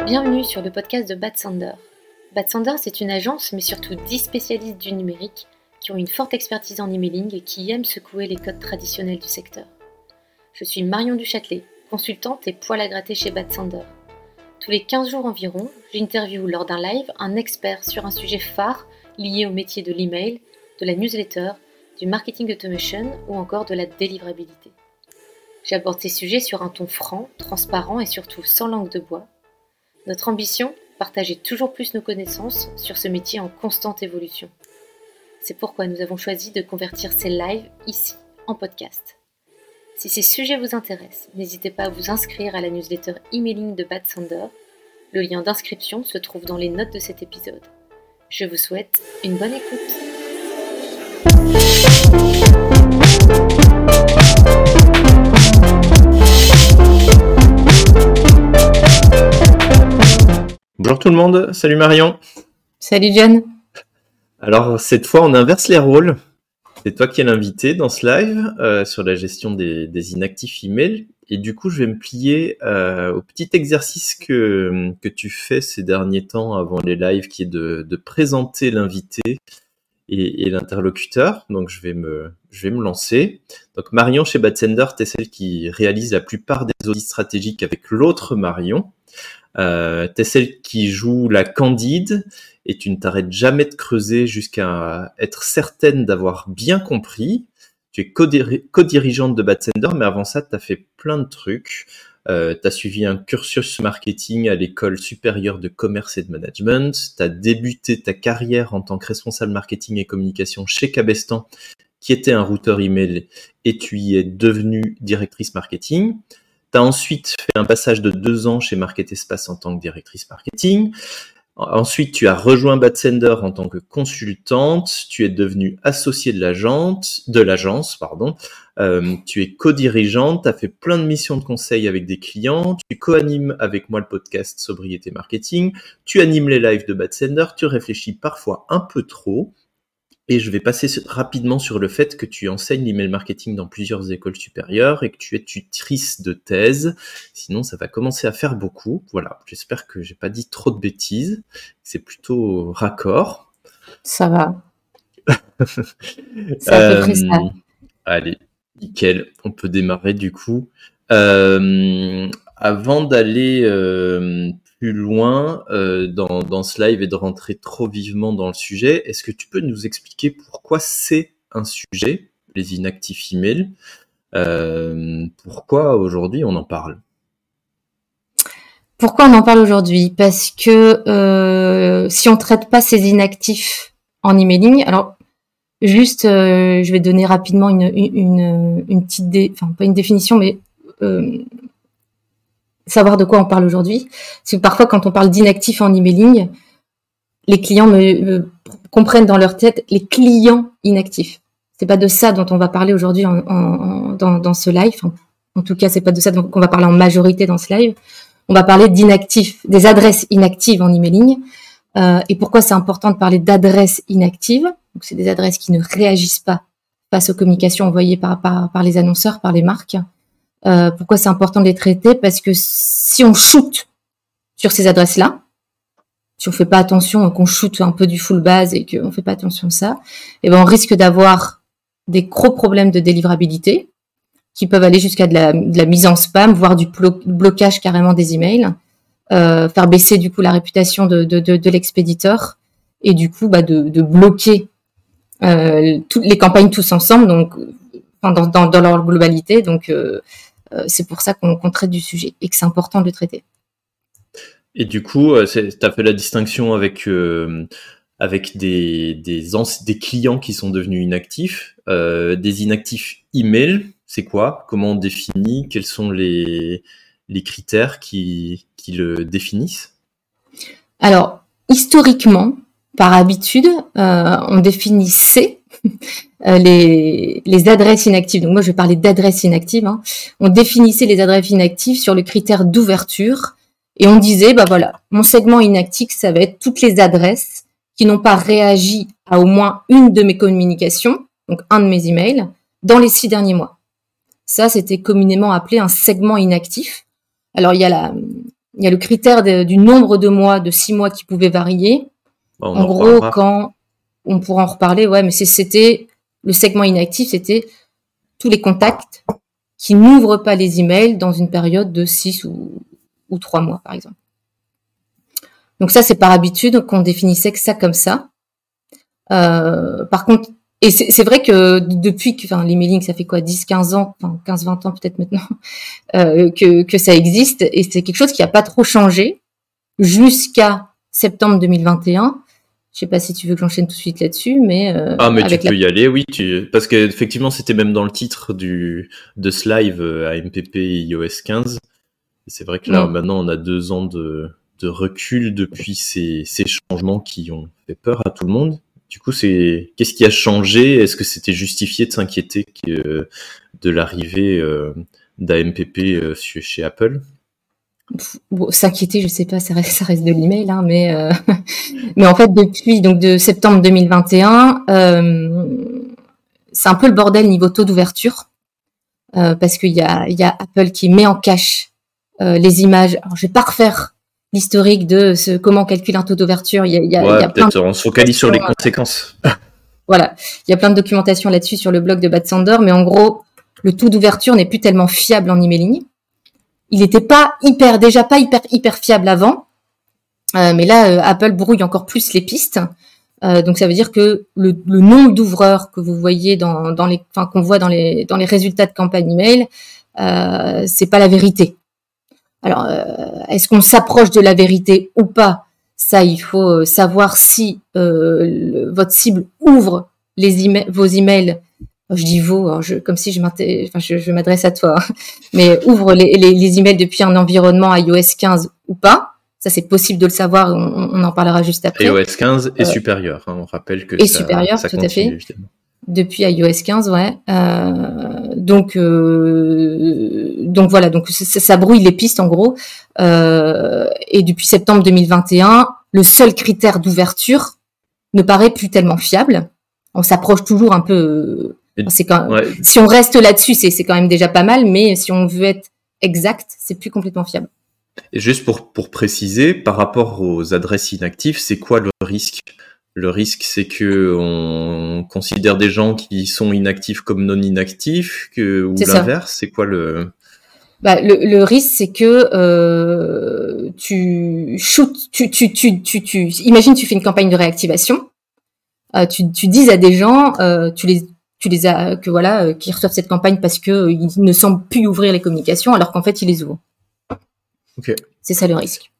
Bienvenue sur le podcast de Bad Sander. Bad Sander, c'est une agence, mais surtout 10 spécialistes du numérique qui ont une forte expertise en emailing et qui aiment secouer les codes traditionnels du secteur. Je suis Marion Duchâtelet, consultante et poil à gratter chez Bad Sander. Tous les 15 jours environ, j'interviewe lors d'un live un expert sur un sujet phare lié au métier de l'email, de la newsletter, du marketing automation ou encore de la délivrabilité. J'aborde ces sujets sur un ton franc, transparent et surtout sans langue de bois. Notre ambition, partager toujours plus nos connaissances sur ce métier en constante évolution. C'est pourquoi nous avons choisi de convertir ces lives ici, en podcast. Si ces sujets vous intéressent, n'hésitez pas à vous inscrire à la newsletter emailing de Bad Sander. Le lien d'inscription se trouve dans les notes de cet épisode. Je vous souhaite une bonne écoute. Bonjour tout le monde, salut Marion. Salut John. Alors cette fois on inverse les rôles. C'est toi qui es l'invité dans ce live sur la gestion des inactifs email. Et du coup je vais me plier au petit exercice que tu fais ces derniers temps avant les lives, qui est de présenter l'invité et l'interlocuteur. Donc je vais me lancer. Donc Marion chez Bad Sander, t'es celle qui réalise la plupart des audits stratégiques avec l'autre Marion. T'es celle qui joue la candide et tu ne t'arrêtes jamais de creuser jusqu'à être certaine d'avoir bien compris. Tu es co-dirigeante de Bad Sander, mais avant ça, t'as fait plein de trucs. T'as suivi un cursus marketing à l'école supérieure de commerce et de management. T'as débuté ta carrière en tant que responsable marketing et communication chez Cabestan, qui était un routeur email, et tu y es devenue directrice marketing. Tu as ensuite fait un passage de 2 ans chez Market Espace en tant que directrice marketing. Ensuite, tu as rejoint Bad Sander en tant que consultante. Tu es devenue associée de l'agence. Tu es co-dirigeante. Tu as fait plein de missions de conseil avec des clients. Tu co-animes avec moi le podcast Sobriété Marketing. Tu animes les lives de Bad Sander. Tu réfléchis parfois un peu trop. Et je vais passer rapidement sur le fait que tu enseignes l'email marketing dans plusieurs écoles supérieures et que tu es tutrice de thèse. Sinon, ça va commencer à faire beaucoup. Voilà, j'espère que j'ai pas dit trop de bêtises. C'est plutôt raccord. Ça va. C'est à peu près ça. Allez, nickel. On peut démarrer du coup. Avant d'aller plus loin dans ce live et de rentrer trop vivement dans le sujet, est-ce que tu peux nous expliquer pourquoi c'est un sujet, les inactifs email, pourquoi aujourd'hui on en parle? Pourquoi on en parle aujourd'hui? Parce que si on traite pas ces inactifs en emailing, alors juste, je vais donner rapidement une petite, pas une définition, mais savoir de quoi on parle aujourd'hui. Parce que parfois, quand on parle d'inactifs en emailing, les clients comprennent dans leur tête les clients inactifs. C'est pas de ça dont on va parler aujourd'hui dans ce live. Enfin, en tout cas, c'est pas de ça qu'on va parler en majorité dans ce live. On va parler d'inactifs, des adresses inactives en emailing. Et pourquoi c'est important de parler d'adresses inactives? Donc, c'est des adresses qui ne réagissent pas face aux communications envoyées par les annonceurs, par les marques. Pourquoi c'est important de les traiter? Parce que si on shoot sur ces adresses-là, si on fait pas attention, qu'on shoot un peu du full base et qu'on fait pas attention à ça, eh ben on risque d'avoir des gros problèmes de délivrabilité qui peuvent aller jusqu'à de la mise en spam, voire du blocage carrément des emails, faire baisser du coup la réputation de l'expéditeur et du coup de bloquer toutes les campagnes tous ensemble, donc dans leur globalité. Donc c'est pour ça qu'on traite du sujet et que c'est important de le traiter. Et du coup, tu as fait la distinction avec des clients qui sont devenus inactifs, des inactifs email. C'est quoi? Comment on définit? Quels sont les critères qui le définissent? Alors, historiquement, par habitude, on définissait les adresses inactives. Donc moi, je vais parler d'adresses inactives. On définissait les adresses inactives sur le critère d'ouverture et on disait, voilà, mon segment inactif, ça va être toutes les adresses qui n'ont pas réagi à au moins une de mes communications, donc un de mes emails, dans les 6 derniers mois. Ça, c'était communément appelé un segment inactif. Alors, il y a Il y a le critère du nombre de mois, de 6 mois qui pouvait varier. En gros, quand on pourra en reparler, ouais, mais c'était le segment inactif, c'était tous les contacts qui n'ouvrent pas les emails dans une période de 6 ou 3 mois, par exemple. Donc ça, c'est par habitude qu'on définissait que ça comme ça. Par contre, et c'est vrai que depuis que l'emailing, ça fait quoi, 10-15 ans, 15-20 ans peut-être maintenant, que ça existe, et c'est quelque chose qui n'a pas trop changé jusqu'à septembre 2021. Je sais pas si tu veux que j'enchaîne tout de suite là-dessus, mais mais tu peux y aller, oui, parce qu'effectivement c'était même dans le titre de ce live AMPP iOS 15. Et c'est vrai que là maintenant on a 2 ans de recul depuis ces changements qui ont fait peur à tout le monde. Du coup, qu'est-ce qui a changé? Est-ce que c'était justifié de s'inquiéter de l'arrivée d'AMPP chez Apple? Bon, s'inquiéter, je sais pas, ça reste de l'email, hein, mais en fait depuis donc de septembre 2021, c'est un peu le bordel niveau taux d'ouverture, parce qu'il y a Apple qui met en cache les images. Alors je vais pas refaire l'historique de comment calculer un taux d'ouverture. Il y a peut-être on se focalise sur les conséquences. Voilà, il y a plein de documentation là-dessus sur le blog de Bad Sander, mais en gros, le taux d'ouverture n'est plus tellement fiable en emailing. Il n'était pas hyper fiable avant, mais là, Apple brouille encore plus les pistes. Donc ça veut dire que le nombre d'ouvreurs que vous voyez qu'on voit dans les résultats de campagne email, c'est pas la vérité. Alors, est-ce qu'on s'approche de la vérité ou pas? Ça, il faut savoir si votre cible ouvre vos emails. Je dis vous, comme si je m'adresse à toi, mais ouvre les emails depuis un environnement iOS 15 ou pas. Ça, c'est possible de le savoir. On en parlera juste après. iOS 15 est supérieur. Hein, on rappelle que ça tout continue, à fait. Justement. Depuis iOS 15, ouais. Donc voilà, donc ça brouille les pistes en gros. Et depuis septembre 2021, le seul critère d'ouverture ne paraît plus tellement fiable. On s'approche toujours un peu. Si on reste là-dessus, c'est quand même déjà pas mal, mais si on veut être exact, c'est plus complètement fiable. Et juste pour préciser, par rapport aux adresses inactives, c'est quoi le risque? Le risque, c'est que on considère des gens qui sont inactifs comme non inactifs, ou l'inverse. C'est quoi le risque, c'est que imagine tu fais une campagne de réactivation, tu dis à des gens, qui reçoivent cette campagne parce que ils ne semblent plus ouvrir les communications, alors qu'en fait ils les ouvrent. Okay. C'est ça le risque.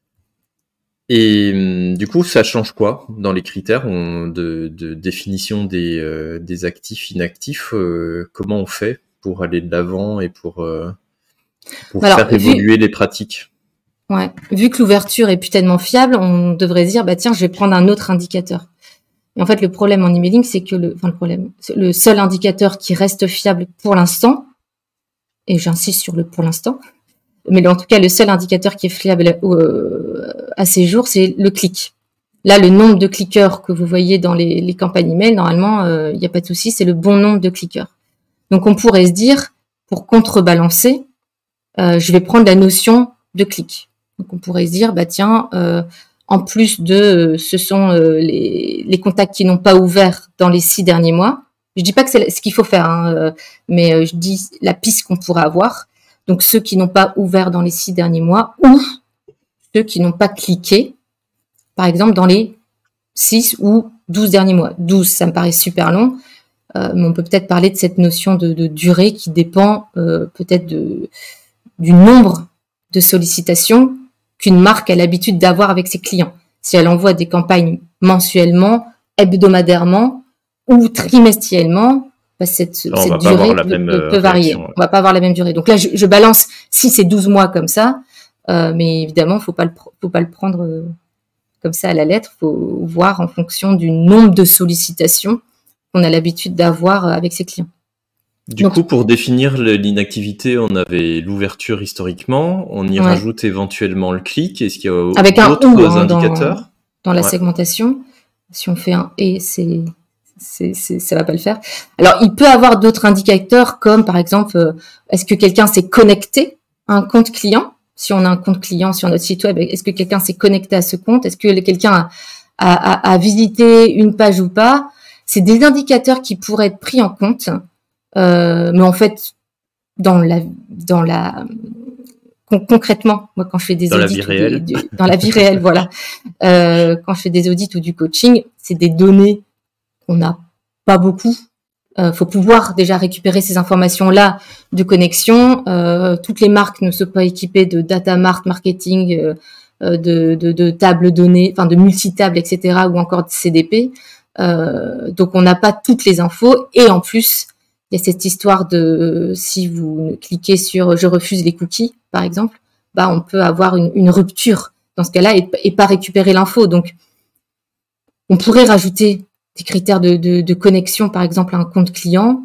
Et du coup, ça change quoi dans les critères de définition des actifs inactifs? Comment on fait pour aller de l'avant et pour faire évoluer les pratiques? Ouais, vu que l'ouverture est plus tellement fiable, on devrait se dire tiens, je vais prendre un autre indicateur. Et en fait, le problème en emailing, c'est que le seul indicateur qui reste fiable pour l'instant, et j'insiste sur le pour l'instant, mais en tout cas, le seul indicateur qui est fiable à ces jours, c'est le clic. Là, le nombre de cliqueurs que vous voyez dans les campagnes email, normalement, il n'y a pas de souci, c'est le bon nombre de cliqueurs. Donc, on pourrait se dire, pour contrebalancer, je vais prendre la notion de clic. Donc, on pourrait se dire, tiens, en plus de ce sont les contacts qui n'ont pas ouvert dans les 6 derniers mois. Je dis pas que c'est ce qu'il faut faire, hein, mais je dis la piste qu'on pourrait avoir. Donc, ceux qui n'ont pas ouvert dans les 6 derniers mois ou ceux qui n'ont pas cliqué, par exemple, dans les 6 ou 12 derniers mois. 12, ça me paraît super long, mais on peut peut-être parler de cette notion de durée qui dépend peut-être du nombre de sollicitations qu'une marque a l'habitude d'avoir avec ses clients. Si elle envoie des campagnes mensuellement, hebdomadairement ou trimestriellement, cette durée peut varier. On va pas avoir la même durée. Donc là, je balance 6 et 12 mois comme ça, mais évidemment, faut pas le prendre comme ça à la lettre. Faut voir en fonction du nombre de sollicitations qu'on a l'habitude d'avoir avec ses clients. Du coup, pour définir l'inactivité, on avait l'ouverture historiquement, on y rajoute éventuellement le clic. Est-ce qu'il y a avec d'autres indicateurs dans la segmentation? Si on fait un « et », ça va pas le faire. Alors, il peut avoir d'autres indicateurs comme, par exemple, est-ce que quelqu'un s'est connecté à un compte client? si on a un compte client sur notre site web, est-ce que quelqu'un s'est connecté à ce compte, est-ce que quelqu'un a visité une page ou pas. C'est des indicateurs qui pourraient être pris en compte, mais en fait, concrètement, moi quand je fais des audits dans la vie réelle, voilà, quand je fais des audits ou du coaching, c'est des données qu'on n'a pas beaucoup. Faut pouvoir déjà récupérer ces informations-là de connexion. Toutes les marques ne sont pas équipées de data mart marketing, de tables données, enfin de multitables, etc., ou encore de CDP. Donc on n'a pas toutes les infos. Et en plus, il y a cette histoire de si vous cliquez sur je refuse les cookies, par exemple, on peut avoir une rupture dans ce cas-là et pas récupérer l'info. Donc on pourrait rajouter des critères de connexion, par exemple, à un compte client.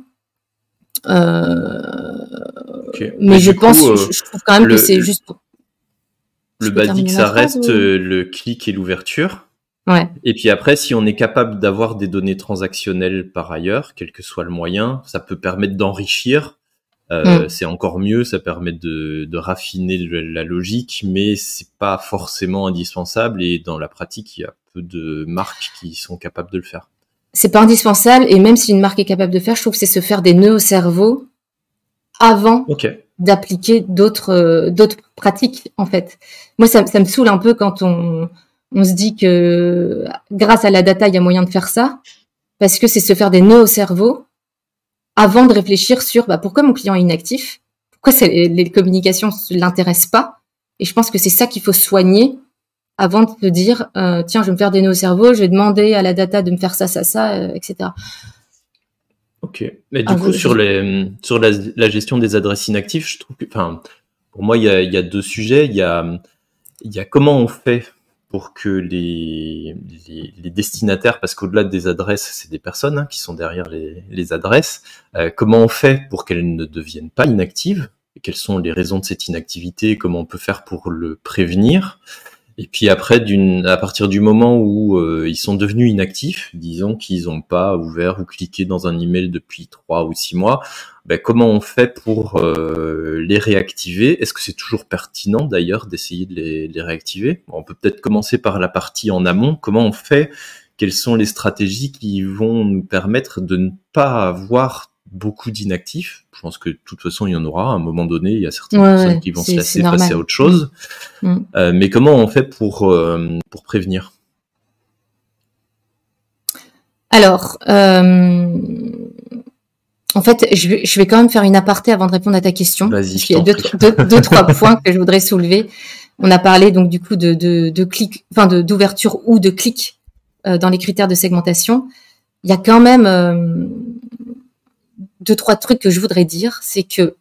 Okay. Mais je trouve quand même que c'est juste pour... Le basique, ça reste le clic et l'ouverture. Ouais. Et puis après, si on est capable d'avoir des données transactionnelles par ailleurs, quel que soit le moyen, ça peut permettre d'enrichir. C'est encore mieux, ça permet de raffiner la logique, mais c'est pas forcément indispensable. Et dans la pratique, il y a peu de marques qui sont capables de le faire. C'est pas indispensable, et même si une marque est capable de faire, je trouve que c'est se faire des nœuds au cerveau avant d'appliquer d'autres pratiques, en fait. Moi, ça me saoule un peu quand on se dit que grâce à la data, il y a moyen de faire ça, parce que c'est se faire des nœuds au cerveau avant de réfléchir sur pourquoi mon client est inactif, pourquoi les communications ne l'intéressent pas, et je pense que c'est ça qu'il faut soigner avant de te dire, tiens, je vais me faire des nœuds au cerveau, je vais demander à la data de me faire ça, etc. Ok. Mais du coup, sur la gestion des adresses inactives, je trouve que, pour moi, il y a deux sujets. Il y a comment on fait pour que les destinataires, parce qu'au-delà des adresses, c'est des personnes qui sont derrière les adresses, comment on fait pour qu'elles ne deviennent pas inactives? Quelles sont les raisons de cette inactivité? Comment on peut faire pour le prévenir? Et puis après, à partir du moment où ils sont devenus inactifs, disons qu'ils n'ont pas ouvert ou cliqué dans un email depuis 3 ou 6 mois, comment on fait pour les réactiver? Est-ce que c'est toujours pertinent d'ailleurs d'essayer de les réactiver? On peut peut-être commencer par la partie en amont. Comment on fait? Quelles sont les stratégies qui vont nous permettre de ne pas avoir beaucoup d'inactifs? Je pense que de toute façon, il y en aura. À un moment donné, il y a certaines personnes qui vont se laisser passer à autre chose. Mais comment on fait pour prévenir? Alors, en fait, je vais quand même faire une aparté avant de répondre à ta question. Vas-y, parce qu'il y a deux, trois points que je voudrais soulever. On a parlé donc du coup de clic, d'ouverture ou de clic dans les critères de segmentation. Il y a quand même 2-3 trucs que je voudrais dire, c'est que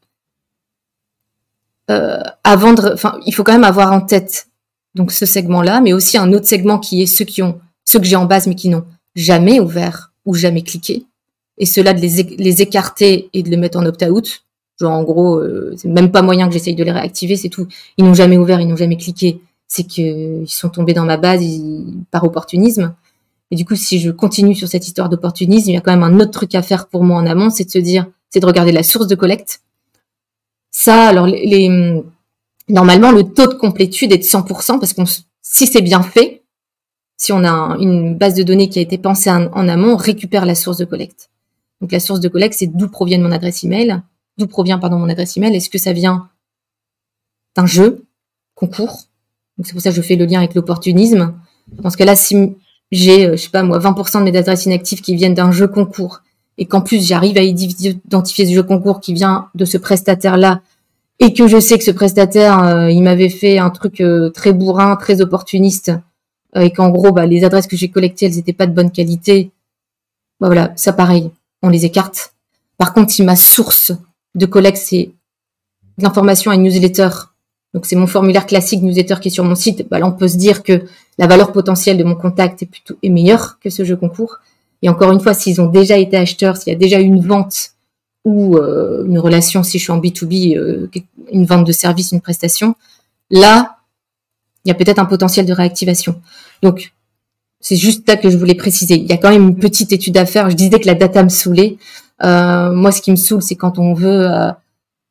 il faut quand même avoir en tête donc ce segment-là, mais aussi un autre segment qui est ceux que j'ai en base mais qui n'ont jamais ouvert ou jamais cliqué, et ceux-là de les écarter et de les mettre en opt-out. Genre en gros, c'est même pas moyen que j'essaye de les réactiver, c'est tout. Ils n'ont jamais ouvert, ils n'ont jamais cliqué, c'est qu'ils sont tombés dans ma base par opportunisme. Et du coup, si je continue sur cette histoire d'opportunisme, il y a quand même un autre truc à faire pour moi en amont, c'est de regarder la source de collecte. Ça, alors, normalement, le taux de complétude est de 100%, parce si c'est bien fait, si on a une base de données qui a été pensée en amont, on récupère la source de collecte. Donc, la source de collecte, c'est d'où provient mon adresse email. Est-ce que ça vient d'un jeu, concours? Donc, c'est pour ça que je fais le lien avec l'opportunisme. Dans ce cas-là, si j'ai, 20% de mes adresses inactives qui viennent d'un jeu concours, et qu'en plus j'arrive à identifier ce jeu concours qui vient de ce prestataire-là, et que je sais que ce prestataire, il m'avait fait un truc très bourrin, très opportuniste, et qu'en gros, les adresses que j'ai collectées, elles n'étaient pas de bonne qualité, voilà, ça pareil, on les écarte. Par contre, si ma source de collecte, c'est de l'information à une newsletter, donc c'est mon formulaire classique newsletter qui est sur mon site, là on peut se dire que la valeur potentielle de mon contact est meilleure que ce jeu concours. Et encore une fois, s'ils ont déjà été acheteurs, s'il y a déjà eu une vente ou une relation, si je suis en B2B, une vente de service, une prestation, là, il y a peut-être un potentiel de réactivation. Donc, c'est juste ça que je voulais préciser. Il y a quand même une petite étude à faire. Je disais que la data me saoulait. Moi, ce qui me saoule, c'est quand on veut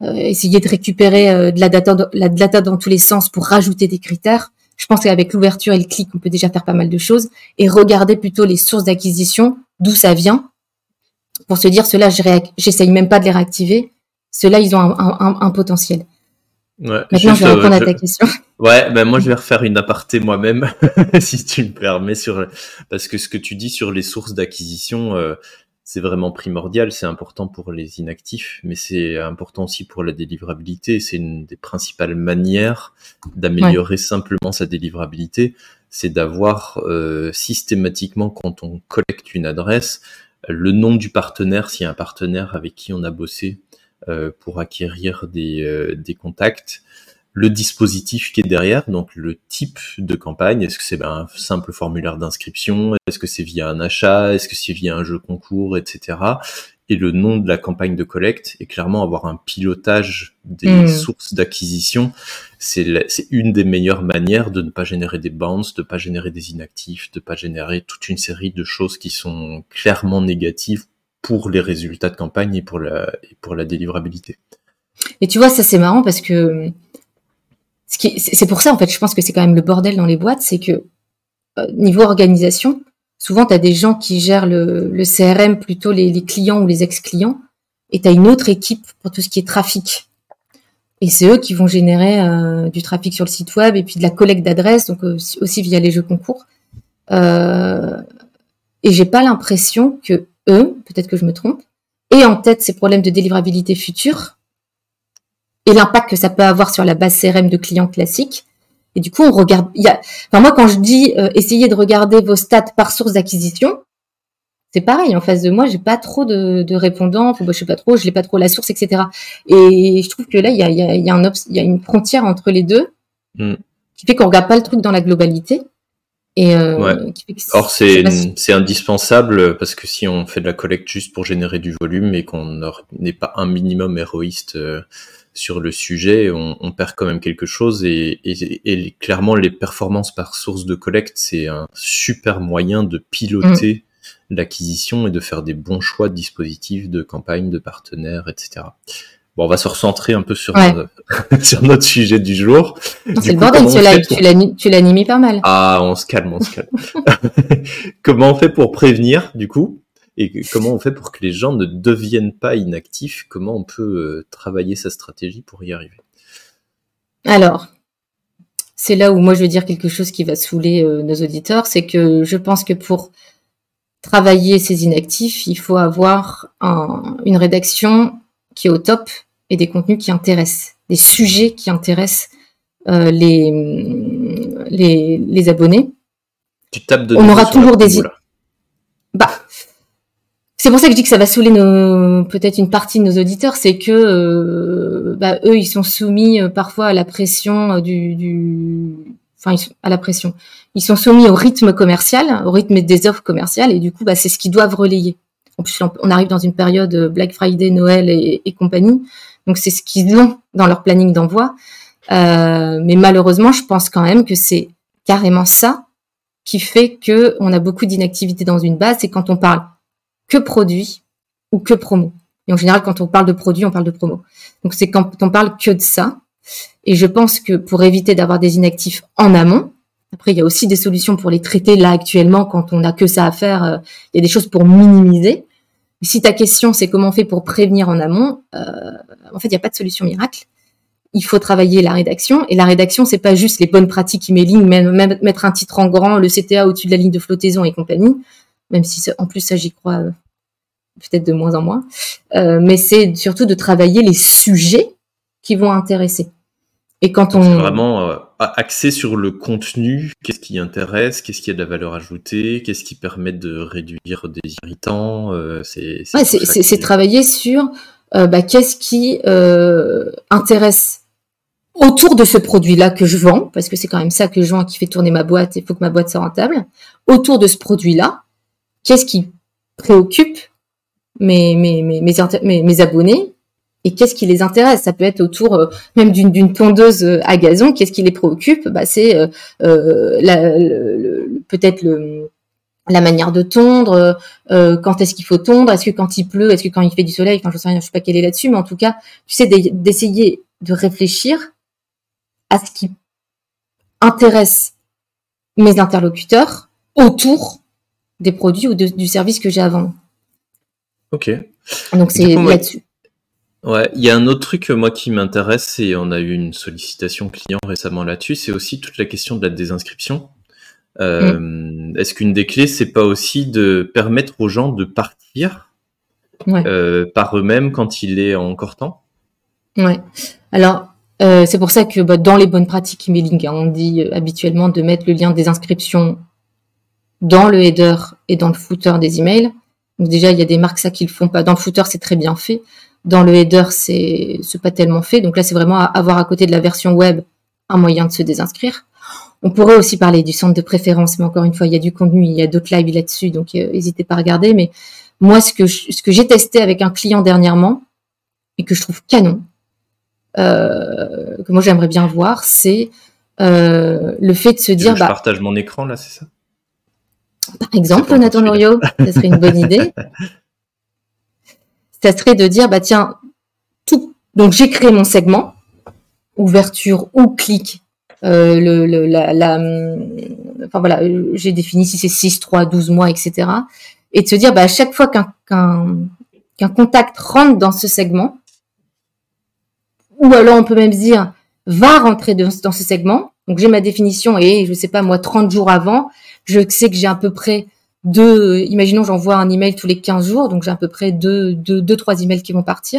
essayer de récupérer de la data dans tous les sens pour rajouter des critères. Je pense qu'avec l'ouverture et le clic, on peut déjà faire pas mal de choses et regarder plutôt les sources d'acquisition, d'où ça vient, pour se dire, ceux-là, j'essaye même pas de les réactiver. Ceux-là, ils ont un potentiel. Ouais, maintenant, je vais répondre à ta question. Ouais, ben moi, je vais refaire une aparté moi-même, si tu me permets, parce que ce que tu dis sur les sources d'acquisition, c'est vraiment primordial, c'est important pour les inactifs, mais c'est important aussi pour la délivrabilité. C'est une des principales manières d'améliorer simplement sa délivrabilité, c'est d'avoir systématiquement, quand on collecte une adresse, le nom du partenaire, s'il y a un partenaire avec qui on a bossé pour acquérir des contacts, le dispositif qui est derrière, donc le type de campagne, est-ce que c'est un simple formulaire d'inscription, est-ce que c'est via un achat, est-ce que c'est via un jeu concours, etc. Et le nom de la campagne de collecte, et clairement avoir un pilotage des sources d'acquisition, c'est une des meilleures manières de ne pas générer des bounces, de ne pas générer des inactifs, de ne pas générer toute une série de choses qui sont clairement négatives pour les résultats de campagne et pour la délivrabilité. Et tu vois, ça c'est marrant parce que c'est pour ça, en fait, je pense que c'est quand même le bordel dans les boîtes, c'est que niveau organisation, souvent, tu as des gens qui gèrent le CRM, plutôt les clients ou les ex-clients, et tu as une autre équipe pour tout ce qui est trafic. Et c'est eux qui vont générer du trafic sur le site web et puis de la collecte d'adresses, donc aussi via les jeux concours. Et j'ai pas l'impression que eux, peut-être que je me trompe, aient en tête ces problèmes de délivrabilité future et l'impact que ça peut avoir sur la base CRM de clients classiques. Et du coup, on regarde. Moi, quand je dis essayez de regarder vos stats par source d'acquisition, c'est pareil. En face de moi, j'ai pas trop de répondants. Enfin, je sais pas trop, je l'ai pas trop la source, etc. Et je trouve que là, il y a une frontière entre les deux qui fait qu'on regarde pas le truc dans la globalité. Et qui fait que or c'est indispensable parce que si on fait de la collecte juste pour générer du volume et qu'on n'est pas un minimum héroïste sur le sujet, on perd quand même quelque chose et clairement les performances par source de collecte, c'est un super moyen de piloter l'acquisition et de faire des bons choix de dispositifs, de campagnes, de partenaires, etc. Bon, on va se recentrer un peu sur notre sujet du jour. Non, c'est le bordel, ce live, tu l'as mis pas mal. Ah, on se calme. Comment on fait pour prévenir, du coup? Et comment on fait pour que les gens ne deviennent pas inactifs? Comment on peut travailler sa stratégie pour y arriver? Alors, c'est là où moi je vais dire quelque chose qui va saouler nos auditeurs, c'est que je pense que pour travailler ces inactifs, il faut avoir une rédaction qui est au top et des contenus qui intéressent, des sujets qui intéressent les abonnés. Tu tapes de on aura toujours des c'est pour ça que je dis que ça va saouler peut-être une partie de nos auditeurs, c'est que eux ils sont soumis parfois à la pression à la pression. Ils sont soumis au rythme commercial, au rythme des offres commerciales et du coup c'est ce qu'ils doivent relayer. En plus, on arrive dans une période Black Friday, Noël et compagnie. Donc, c'est ce qu'ils ont dans leur planning d'envoi. Mais malheureusement, je pense quand même que c'est carrément ça qui fait que on a beaucoup d'inactivité dans une base. C'est quand on parle que produit ou que promo. Et en général, quand on parle de produit, on parle de promo. Donc, c'est quand on parle que de ça. Et je pense que pour éviter d'avoir des inactifs en amont, après, il y a aussi des solutions pour les traiter là actuellement quand on n'a que ça à faire. Il y a des choses pour minimiser. Mais si ta question, c'est comment on fait pour prévenir en amont, en fait, il n'y a pas de solution miracle. Il faut travailler la rédaction. Et la rédaction, c'est pas juste les bonnes pratiques emailing, même mettre un titre en grand, le CTA au-dessus de la ligne de flottaison et compagnie. Même si, en plus, ça, j'y crois peut-être de moins en moins. Mais c'est surtout de travailler les sujets qui vont intéresser. Et quand c'est vraiment axé sur le contenu, qu'est-ce qui intéresse, qu'est-ce qui a de la valeur ajoutée, qu'est-ce qui permet de réduire des irritants. C'est travailler sur qu'est-ce qui intéresse autour de ce produit-là que je vends, parce que c'est quand même ça que je vends qui fait tourner ma boîte, il faut que ma boîte soit rentable. Autour de ce produit-là, qu'est-ce qui préoccupe mes abonnés et qu'est-ce qui les intéresse? Ça peut être autour même d'une tondeuse à gazon. Qu'est-ce qui les préoccupe? C'est peut-être la manière de tondre, quand est-ce qu'il faut tondre, est-ce que quand il pleut, est-ce que quand il fait du soleil, enfin je sais rien, je sais pas quelle est là-dessus, mais en tout cas, tu sais, d'essayer de réfléchir à ce qui intéresse mes interlocuteurs autour des produits ou du service que j'ai à vendre. Ok. Donc c'est là-dessus. Ouais, il y a un autre truc moi qui m'intéresse et on a eu une sollicitation client récemment là-dessus, c'est aussi toute la question de la désinscription. Est-ce qu'une des clés, c'est pas aussi de permettre aux gens de partir par eux-mêmes quand il est encore temps? Ouais. Alors, c'est pour ça que dans les bonnes pratiques emailing, on dit habituellement de mettre le lien des inscriptions dans le header et dans le footer des emails. Donc déjà, il y a des marques ça qui le font pas. Dans le footer, c'est très bien fait. Dans le header, c'est pas tellement fait. Donc là, c'est vraiment avoir à côté de la version web un moyen de se désinscrire. On pourrait aussi parler du centre de préférence, mais encore une fois, il y a du contenu, il y a d'autres lives là-dessus, donc n'hésitez pas à regarder. Mais moi, ce que j'ai testé avec un client dernièrement et que je trouve canon, que moi j'aimerais bien voir, c'est le fait de se dire. Je partage mon écran là, c'est ça? Par exemple, Nathan Loriot, ça serait une bonne idée. Ça serait de dire, tiens, tout. Donc j'ai créé mon segment, ouverture ou clic. Enfin voilà, j'ai défini si c'est 6, 3, 12 mois, etc. Et de se dire, à chaque fois qu'un contact rentre dans ce segment, ou alors on peut même se dire, va rentrer dans ce segment. Donc j'ai ma définition et je sais pas moi, 30 jours avant, je sais que j'ai à peu près imaginons j'envoie un email tous les 15 jours, donc j'ai à peu près 3 emails qui vont partir,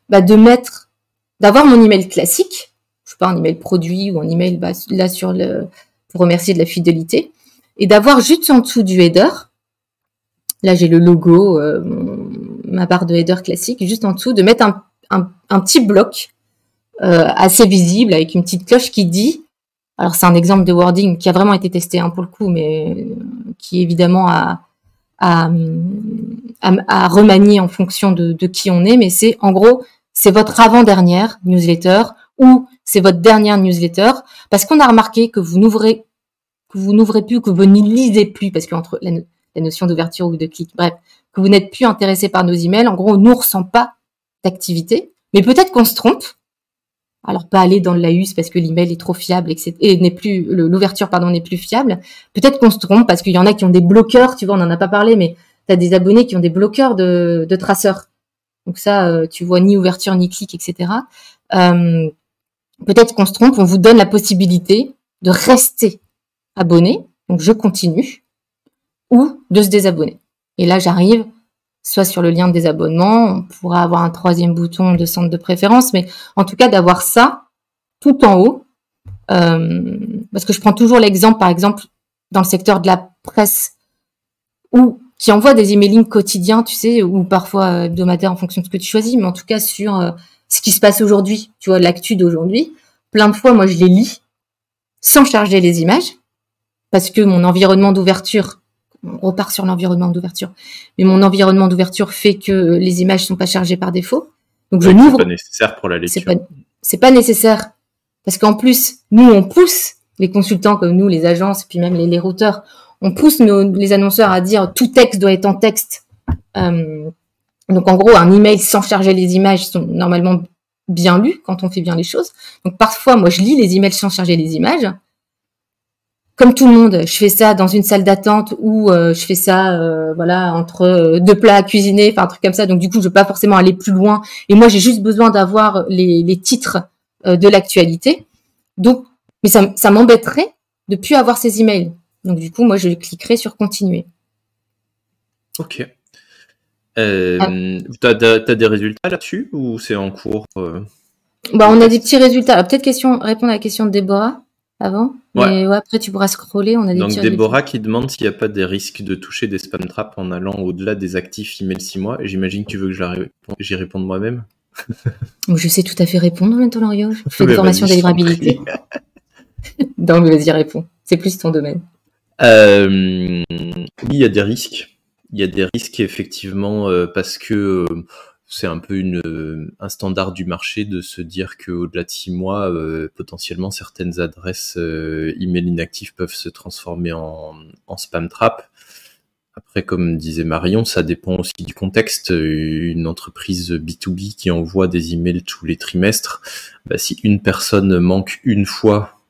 d'avoir mon email classique, je sais pas, un email produit ou un email là pour remercier de la fidélité, et d'avoir juste en dessous du header, là j'ai le logo, ma barre de header classique, juste en dessous, de mettre un petit bloc assez visible avec une petite cloche qui dit, alors c'est un exemple de wording qui a vraiment été testé pour le coup, mais qui évidemment à remanier en fonction de qui on est, mais c'est en gros, c'est votre avant-dernière newsletter ou c'est votre dernière newsletter, parce qu'on a remarqué que vous n'ouvrez plus, que vous n'y lisez plus, parce qu'entre la notion d'ouverture ou de clic, bref, que vous n'êtes plus intéressé par nos emails, en gros, on ne ressent pas d'activité, mais peut-être qu'on se trompe. Alors pas aller dans le laïus parce que l'email est trop fiable et l'ouverture n'est plus fiable. Peut-être qu'on se trompe parce qu'il y en a qui ont des bloqueurs, tu vois, on en a pas parlé, mais tu as des abonnés qui ont des bloqueurs de traceurs. Donc ça, tu vois ni ouverture ni clic, etc. Peut-être qu'on se trompe, on vous donne la possibilité de rester abonné, donc je continue, ou de se désabonner. Et là, j'arrive soit sur le lien de désabonnement, on pourra avoir un 3e bouton de centre de préférence, mais en tout cas d'avoir ça tout en haut, parce que je prends toujours l'exemple, par exemple, dans le secteur de la presse, qui envoie des emailings quotidiens, tu sais, ou parfois hebdomadaires en fonction de ce que tu choisis, mais en tout cas sur ce qui se passe aujourd'hui, tu vois, l'actu d'aujourd'hui. Plein de fois, moi, je les lis sans charger les images, parce que mon environnement d'ouverture, on repart sur l'environnement d'ouverture, mais mon environnement d'ouverture fait que les images sont pas chargées par défaut. Donc je n'ouvre. C'est pas nécessaire pour la lecture. C'est pas nécessaire parce qu'en plus nous on pousse les consultants comme nous, les agences, puis même les routeurs, on pousse les annonceurs à dire tout texte doit être en texte. Donc en gros un email sans charger les images sont normalement bien lus quand on fait bien les choses. Donc parfois moi je lis les emails sans charger les images. Comme tout le monde, je fais ça dans une salle d'attente ou je fais ça entre 2 plats à cuisiner, enfin un truc comme ça. Donc du coup, je veux pas forcément aller plus loin. Et moi, j'ai juste besoin d'avoir les titres de l'actualité. Donc, mais ça m'embêterait de plus avoir ces emails. Donc du coup, moi, je cliquerai sur continuer. Ok. T'as des résultats là-dessus ou c'est en cours On a des petits résultats. Alors, peut-être répondre à la question de Déborah avant, mais après tu pourras scroller. On a des Donc Déborah qui demande s'il n'y a pas des risques de toucher des spam traps en allant au-delà des actifs email 6 mois. Et j'imagine que tu veux que j'y réponde moi-même. Je sais tout à fait répondre, Nathan Loriot. Je fais des formations de délivrabilité. Donc vas-y, réponds. C'est plus ton domaine. Oui, il y a des risques. Il y a des risques effectivement parce que c'est un peu un standard du marché de se dire qu'au-delà de 6 mois, potentiellement certaines adresses email inactives peuvent se transformer en spam trap. Après, comme disait Marion, ça dépend aussi du contexte. Une entreprise B2B qui envoie des emails tous les trimestres, si une personne manque une fois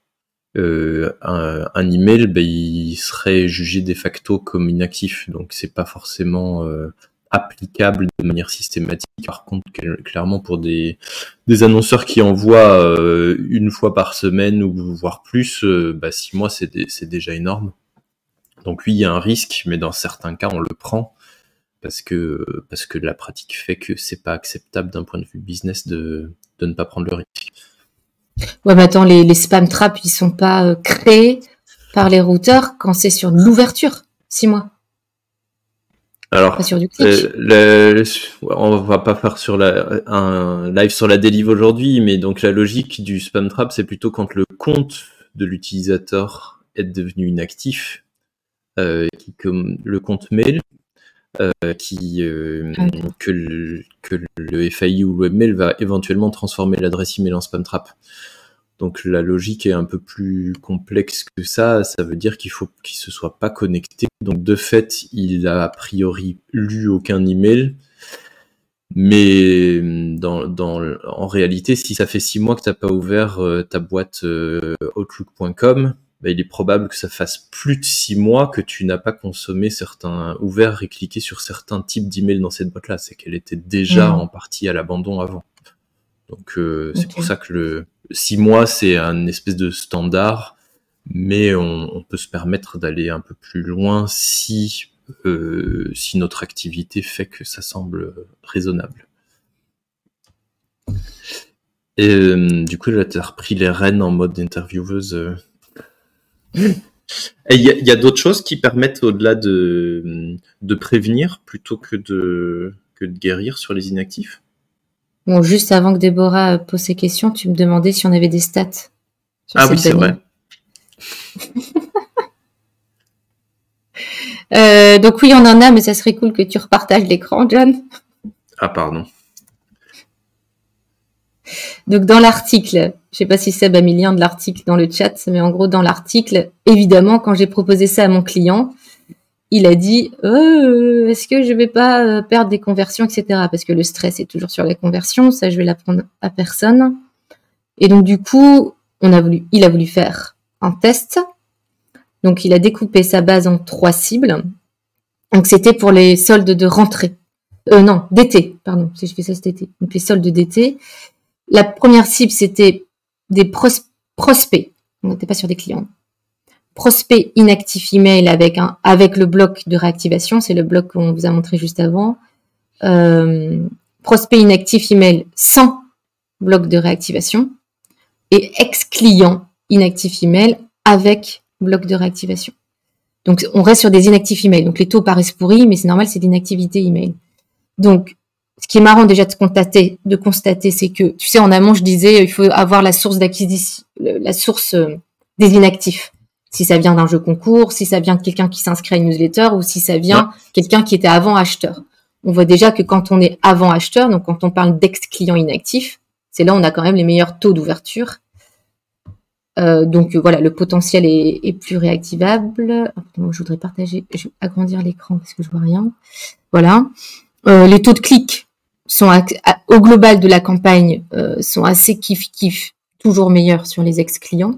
un email, il serait jugé de facto comme inactif. Donc c'est pas forcément applicable de manière systématique. Par contre, clairement pour des annonceurs qui envoient une fois par semaine ou voire plus, 6 mois c'est déjà énorme. Donc oui, il y a un risque, mais dans certains cas, on le prend parce que la pratique fait que c'est pas acceptable d'un point de vue business de ne pas prendre le risque. Ouais, mais attends, les spam traps, ils sont pas créés par les routeurs quand c'est sur l'ouverture, 6 mois. Alors, pas sur du clic. On va pas faire un live sur la dérive aujourd'hui, mais donc la logique du spam trap, c'est plutôt quand le compte de l'utilisateur est devenu inactif, comme le compte mail, que le FAI ou le webmail va éventuellement transformer l'adresse email en spam trap. Donc la logique est un peu plus complexe que ça. Ça veut dire qu'il faut qu'il se soit pas connecté. Donc de fait, il a priori lu aucun email. Mais en réalité, si ça fait 6 mois que t'as pas ouvert ta boîte outlook.com, il est probable que ça fasse plus de 6 mois que tu n'as pas consommé ouvert et cliqué sur certains types d'emails dans cette boîte-là. C'est qu'elle était déjà en partie à l'abandon avant. Donc c'est pour ça que le 6 mois, c'est un espèce de standard, mais on peut se permettre d'aller un peu plus loin si notre activité fait que ça semble raisonnable. Et du coup, là, tu as repris les rênes en mode intervieweuse. Il y a d'autres choses qui permettent, au-delà de prévenir plutôt que de guérir sur les inactifs? Bon, juste avant que Déborah pose ses questions, tu me demandais si on avait des stats. Ah oui, c'est vrai. Donc oui, on en a, mais ça serait cool que tu repartages l'écran, John. Ah, pardon. Donc dans l'article, je sais pas si Seb a mis le lien de l'article dans le chat, mais en gros dans l'article, évidemment, quand j'ai proposé ça à mon client, il a dit est-ce que je vais pas perdre des conversions, etc. Parce que le stress est toujours sur la conversion, ça je vais l'apprendre à personne. Et donc du coup, il a voulu faire un test. Donc il a découpé sa base en 3 cibles. Donc c'était pour les soldes de rentrée. D'été, pardon, si je fais ça cet été. Donc les soldes d'été. La première cible, c'était des prospects. On n'était pas sur des clients. Prospect inactif email avec le bloc de réactivation, c'est le bloc qu'on vous a montré juste avant. Prospect inactif email sans bloc de réactivation et ex-client inactif email avec bloc de réactivation. Donc on reste sur des inactifs email. Donc les taux paraissent pourris, mais c'est normal, c'est l'inactivité email. Donc ce qui est marrant déjà de constater, c'est que, tu sais, en amont, je disais, il faut avoir la source d'acquisition, la source des inactifs. Si ça vient d'un jeu concours, si ça vient de quelqu'un qui s'inscrit à une newsletter ou si ça vient quelqu'un qui était avant acheteur. On voit déjà que quand on est avant acheteur, donc quand on parle d'ex-client inactif, c'est là où on a quand même les meilleurs taux d'ouverture. Donc voilà, le potentiel est plus réactivable. Je voudrais je vais agrandir l'écran parce que je vois rien. Voilà. Les taux de clics sont au global de la campagne sont assez kiff, toujours meilleurs sur les ex-clients.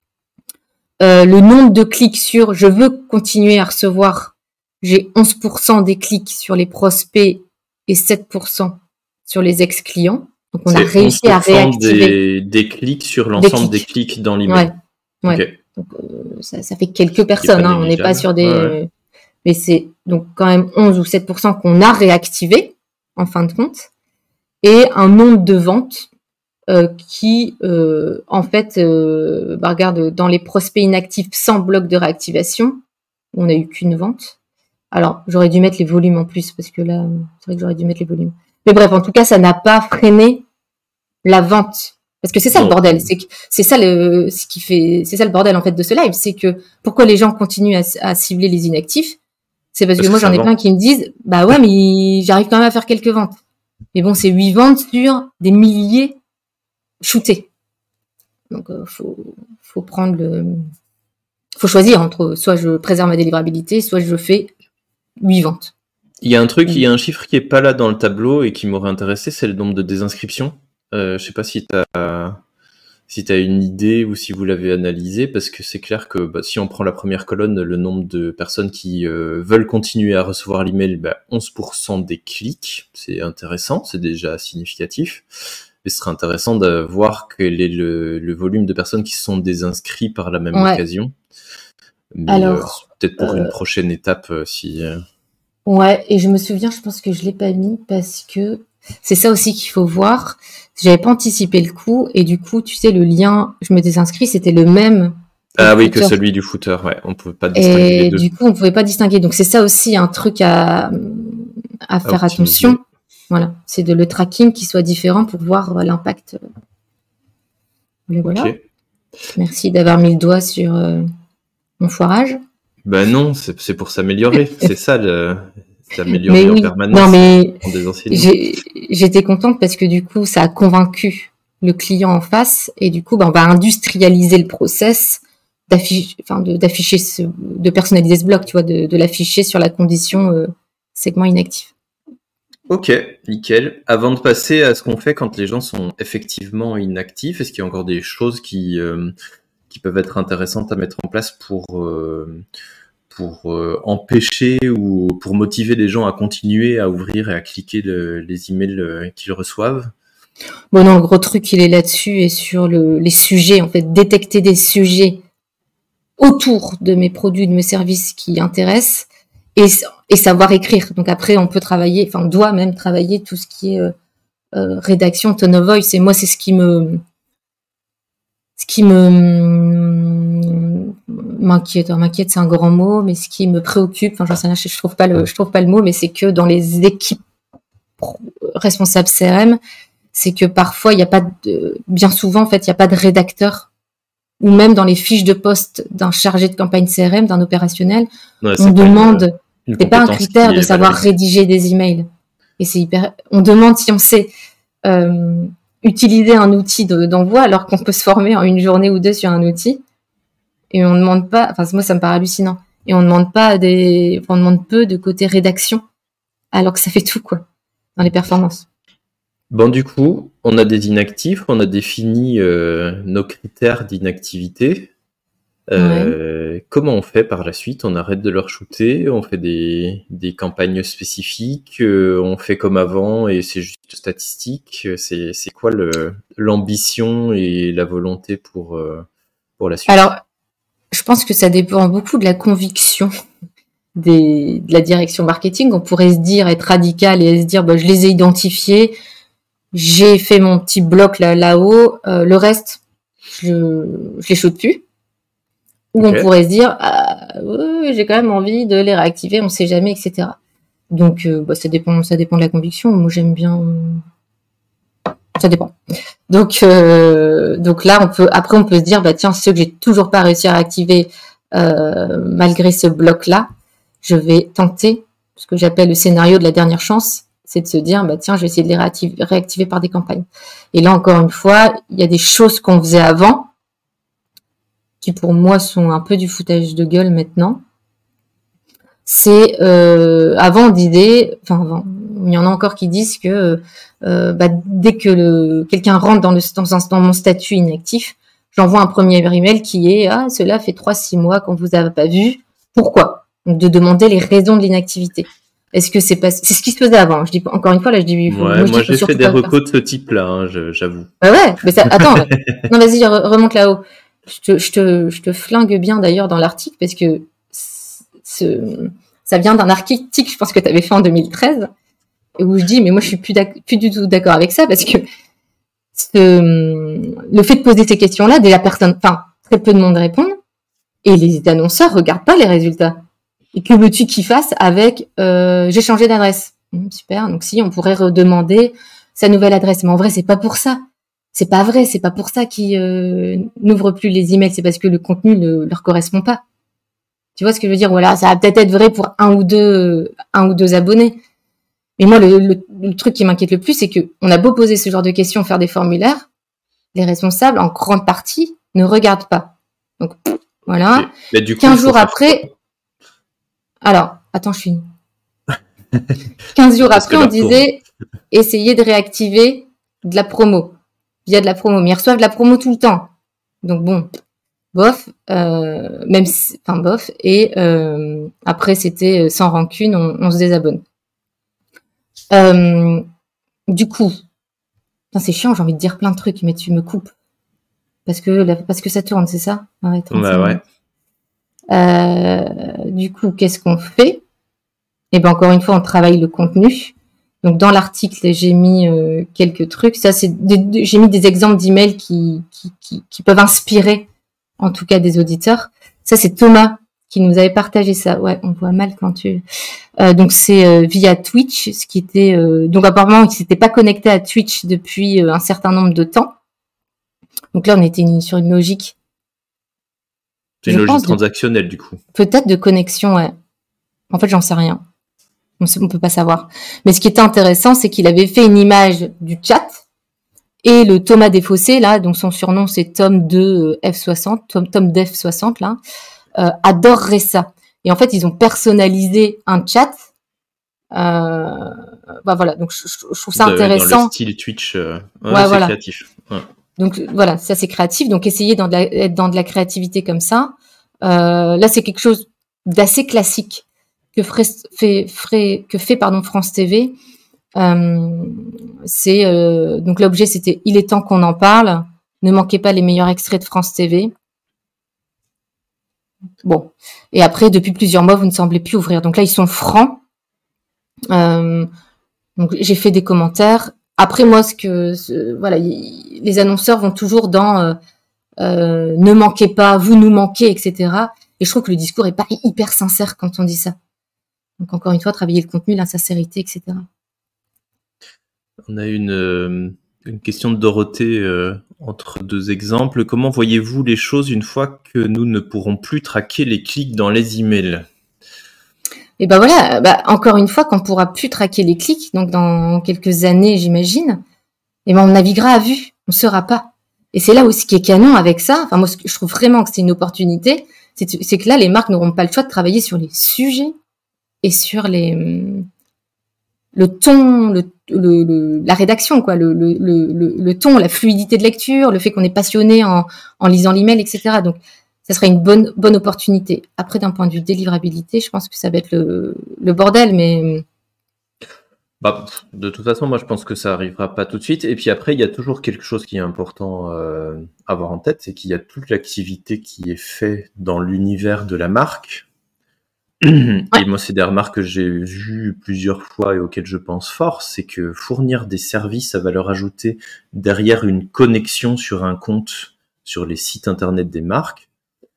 Le nombre de clics sur je veux continuer à recevoir, j'ai 11% des clics sur les prospects et 7% sur les ex-clients. Donc on a réussi à réactiver des clics sur l'ensemble des clics dans l'email. Ouais. Okay. Donc ça fait quelques personnes, on n'est pas sur des mais c'est donc quand même 11 ou 7% qu'on a réactivé en fin de compte et un nombre de ventes qui, en fait, regarde, dans les prospects inactifs sans bloc de réactivation, on n'a eu qu'une vente. Alors, j'aurais dû mettre les volumes en plus, parce que là, c'est vrai que j'aurais dû mettre les volumes. Mais bref, en tout cas, ça n'a pas freiné la vente. Parce que c'est ça le bordel, c'est ça le bordel, en fait, de ce live. C'est que, pourquoi les gens continuent à cibler les inactifs? C'est parce que moi, j'en ai plein qui me disent, bah ouais, mais j'arrive quand même à faire quelques ventes. Mais bon, c'est 8 ventes sur des milliers shooter. Donc faut prendre faut choisir entre soit je préserve ma délivrabilité, soit je fais 8 ventes. Il y a il y a un chiffre qui est pas là dans le tableau et qui m'aurait intéressé, c'est le nombre de désinscriptions. Je sais pas si t'as une idée ou si vous l'avez analysé, parce que c'est clair que si on prend la première colonne, le nombre de personnes qui veulent continuer à recevoir l'email, 11% des clics, c'est intéressant, c'est déjà significatif. Et ce serait intéressant de voir quel est le volume de personnes qui se sont désinscrits par la même occasion. Mais Alors, peut-être pour une prochaine étape, si... Ouais, et je me souviens, je pense que je l'ai pas mis parce que c'est ça aussi qu'il faut voir. J'avais pas anticipé le coup et du coup, tu sais, le lien, je me désinscris, c'était le même. Ah oui, que celui du footer, ouais. On pouvait pas distinguer les deux. Et du coup, on pouvait pas distinguer. Donc c'est ça aussi un truc à faire attention. Voilà, c'est de le tracking qui soit différent pour voir l'impact. Mais voilà. Okay. Merci d'avoir mis le doigt sur mon foirage. Ben non, c'est pour s'améliorer. C'est ça, s'améliorer en permanence. Non, mais j'étais contente parce que du coup, ça a convaincu le client en face et du coup, on va industrialiser le process de personnaliser ce bloc, tu vois, de l'afficher sur la condition segment inactif. Ok, nickel. Avant de passer à ce qu'on fait quand les gens sont effectivement inactifs, est-ce qu'il y a encore des choses qui peuvent être intéressantes à mettre en place pour empêcher ou pour motiver les gens à continuer à ouvrir et à cliquer les emails qu'ils reçoivent? Bon, non, le gros truc, il est là-dessus et sur les sujets, en fait, détecter des sujets autour de mes produits, de mes services qui intéressent et savoir écrire. Donc après, on peut travailler, enfin, on doit même travailler tout ce qui est rédaction, tone of voice. Et moi, c'est ce qui m'inquiète. Alors, m'inquiète, c'est un grand mot, mais ce qui me préoccupe, enfin, j'en sais rien, je trouve pas le mot, mais c'est que dans les équipes responsables CRM, c'est que parfois, bien souvent, en fait, il n'y a pas de rédacteur, ou même dans les fiches de poste d'un chargé de campagne CRM, d'un opérationnel, on demande, c'est pas un critère de savoir rédiger des emails. Et on demande si on sait, utiliser un outil d'envoi alors qu'on peut se former en une journée ou deux sur un outil. Et on demande pas, enfin, moi, ça me paraît hallucinant. Et on demande peu de côté rédaction, alors que ça fait tout, quoi, dans les performances. Bon, du coup, on a des inactifs, on a défini nos critères d'inactivité. Comment on fait par la suite? On arrête de leur shooter, on fait des campagnes spécifiques, on fait comme avant et c'est juste statistique. C'est quoi l'ambition et la volonté pour la suite? Alors, je pense que ça dépend beaucoup de la conviction de la direction marketing. On pourrait se dire, être radical et se dire, je les ai identifiés, j'ai fait mon petit bloc là-haut, le reste, je les shoote plus. Ou on pourrait se dire, j'ai quand même envie de les réactiver, on sait jamais, etc. Donc, ça dépend de la conviction. Moi, j'aime bien. Ça dépend. Donc là, on peut se dire, tiens, ceux que j'ai toujours pas réussi à réactiver, malgré ce bloc-là, je vais tenter ce que j'appelle le scénario de la dernière chance. C'est de se dire, tiens, je vais essayer de les réactiver par des campagnes. Et là, encore une fois, il y a des choses qu'on faisait avant, qui pour moi sont un peu du foutage de gueule maintenant. C'est avant d'idée, enfin, il y en a encore qui disent que dès que quelqu'un rentre dans mon statut inactif, j'envoie un premier email qui est cela fait 3-6 mois qu'on vous a pas vu. Pourquoi? Donc de demander les raisons de l'inactivité. Est-ce que c'est ce qui se faisait avant? Je dis encore une fois là, je dis moi j'ai fait des recos de ce type-là, j'avoue. Ouais, mais ça, attends, non vas-y, remonte là-haut. Je te flingue bien d'ailleurs dans l'article parce que ça vient d'un article, je pense que tu avais fait en 2013, où je dis mais moi je suis plus du tout d'accord avec ça parce que le fait de poser ces questions-là, très peu de monde répond et les annonceurs regardent pas les résultats. Et que veux-tu qu'ils fassent avec j'ai changé d'adresse. Super, donc si on pourrait redemander sa nouvelle adresse, mais en vrai c'est pas pour ça. C'est pas vrai, c'est pas pour ça qu'ils n'ouvrent plus les emails, c'est parce que le contenu ne leur correspond pas. Tu vois ce que je veux dire? Voilà, ça va peut-être être vrai pour un ou deux abonnés. Mais moi, le truc qui m'inquiète le plus, c'est que on a beau poser ce genre de questions, faire des formulaires, les responsables, en grande partie, ne regardent pas. Donc, voilà. Mais du coup, 15 jours après... Alors, attends, je finis. 15 jours Parce que après, on leur tourne. disait essayez de réactiver de la promo, via de la promo. Mais ils reçoivent de la promo tout le temps. Donc bon, bof, bof. Et après, c'était sans rancune, on se désabonne. Du coup, c'est chiant, j'ai envie de dire plein de trucs, mais tu me coupes. Parce que ça tourne, c'est ça? Ouais, 35 Ouais. minutes. Du coup, qu'est-ce qu'on fait? Et ben encore une fois, on travaille le contenu. Donc dans l'article, j'ai mis quelques trucs. Ça, j'ai mis des exemples d'emails qui peuvent inspirer, en tout cas, des auditeurs. Ça, c'est Thomas qui nous avait partagé ça. Ouais, on voit mal quand tu. Donc c'est via Twitch, ce qui était. Donc apparemment, il s'était pas connecté à Twitch depuis un certain nombre de temps. Donc là, on était sur une logique. C'est une logique transactionnelle, du coup. Peut-être de connexion, ouais. En fait, j'en sais rien. On peut pas savoir. Mais ce qui était intéressant, c'est qu'il avait fait une image du chat et le Thomas Desfossés, là, donc son surnom c'est Tom de F60, Tom Def 60, là, adorerait ça. Et en fait, ils ont personnalisé un chat. Voilà, donc je trouve ça intéressant. Dans le style Twitch, ouais, c'est voilà. créatif. Ouais. Donc voilà, ça c'est créatif. Donc essayez d'être dans de la créativité comme ça. Là, c'est quelque chose d'assez classique que fait France TV. Donc l'objet c'était il est temps qu'on en parle. Ne manquez pas les meilleurs extraits de France TV. Bon, et après depuis plusieurs mois vous ne semblez plus ouvrir. Donc là ils sont francs. Donc j'ai fait des commentaires. Après moi voilà, les annonceurs vont toujours dans ne manquez pas, vous nous manquez, etc. Et je trouve que le discours est pas hyper sincère quand on dit ça. Donc encore une fois, travailler le contenu, la sincérité, etc. On a une question de Dorothée entre deux exemples. Comment voyez-vous les choses une fois que nous ne pourrons plus traquer les clics dans les emails? Et ben voilà, encore une fois, quand on pourra plus traquer les clics, donc dans quelques années, j'imagine, et ben on naviguera à vue, on saura pas. Et c'est là aussi qui est canon avec ça. Enfin moi, je trouve vraiment que c'est une opportunité, c'est que là, les marques n'auront pas le choix de travailler sur les sujets et sur le ton, la rédaction, quoi, le ton, la fluidité de lecture, le fait qu'on est passionné en lisant l'email, etc. Donc, ça serait une bonne opportunité. Après, d'un point de vue délivrabilité, je pense que ça va être le bordel, mais... De toute façon, moi, je pense que ça arrivera pas tout de suite. Et puis après, il y a toujours quelque chose qui est important à avoir en tête, c'est qu'il y a toute l'activité qui est faite dans l'univers de la marque. Et moi, c'est des remarques que j'ai vues plusieurs fois et auxquelles je pense fort, c'est que fournir des services à valeur ajoutée derrière une connexion sur un compte sur les sites internet des marques,